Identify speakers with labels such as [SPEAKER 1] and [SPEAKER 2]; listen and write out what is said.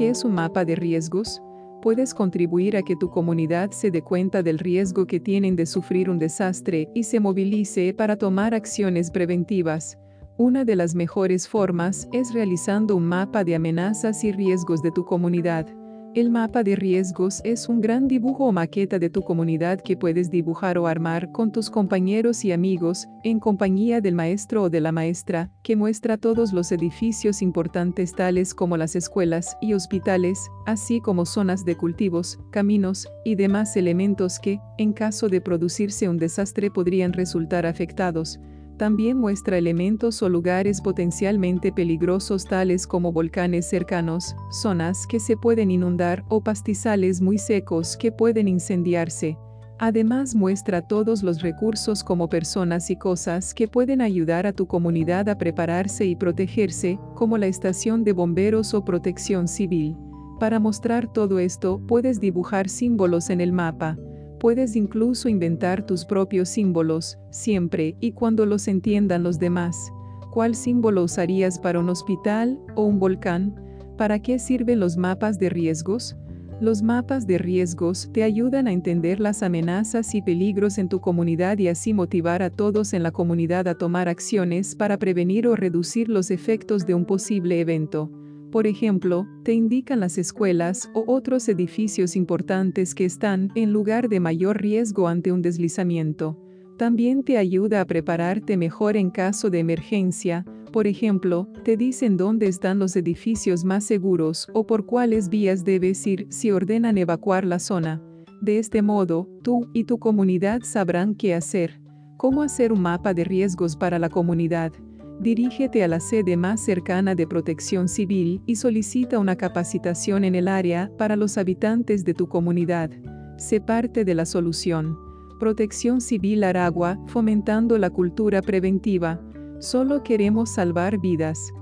[SPEAKER 1] ¿Qué es un mapa de riesgos? Puedes contribuir a que tu comunidad se dé cuenta del riesgo que tienen de sufrir un desastre y se movilice para tomar acciones preventivas. Una de las mejores formas es realizando un mapa de amenazas y riesgos de tu comunidad. El mapa de riesgos es un gran dibujo o maqueta de tu comunidad que puedes dibujar o armar con tus compañeros y amigos, en compañía del maestro o de la maestra, que muestra todos los edificios importantes tales como las escuelas y hospitales, así como zonas de cultivos, caminos y demás elementos que, en caso de producirse un desastre, podrían resultar afectados. También muestra elementos o lugares potencialmente peligrosos tales como volcanes cercanos, zonas que se pueden inundar o pastizales muy secos que pueden incendiarse. Además muestra todos los recursos como personas y cosas que pueden ayudar a tu comunidad a prepararse y protegerse, como la estación de bomberos o protección civil. Para mostrar todo esto, puedes dibujar símbolos en el mapa. Puedes incluso inventar tus propios símbolos, siempre y cuando los entiendan los demás. ¿Cuál símbolo usarías para un hospital o un volcán? ¿Para qué sirven los mapas de riesgos? Los mapas de riesgos te ayudan a entender las amenazas y peligros en tu comunidad y así motivar a todos en la comunidad a tomar acciones para prevenir o reducir los efectos de un posible evento. Por ejemplo, te indican las escuelas o otros edificios importantes que están en lugar de mayor riesgo ante un deslizamiento. También te ayuda a prepararte mejor en caso de emergencia. Por ejemplo, te dicen dónde están los edificios más seguros o por cuáles vías debes ir si ordenan evacuar la zona. De este modo, tú y tu comunidad sabrán qué hacer. ¿Cómo hacer un mapa de riesgos para la comunidad? Dirígete a la sede más cercana de Protección Civil y solicita una capacitación en el área para los habitantes de tu comunidad. Sé parte de la solución. Protección Civil Aragua, fomentando la cultura preventiva. Solo queremos salvar vidas.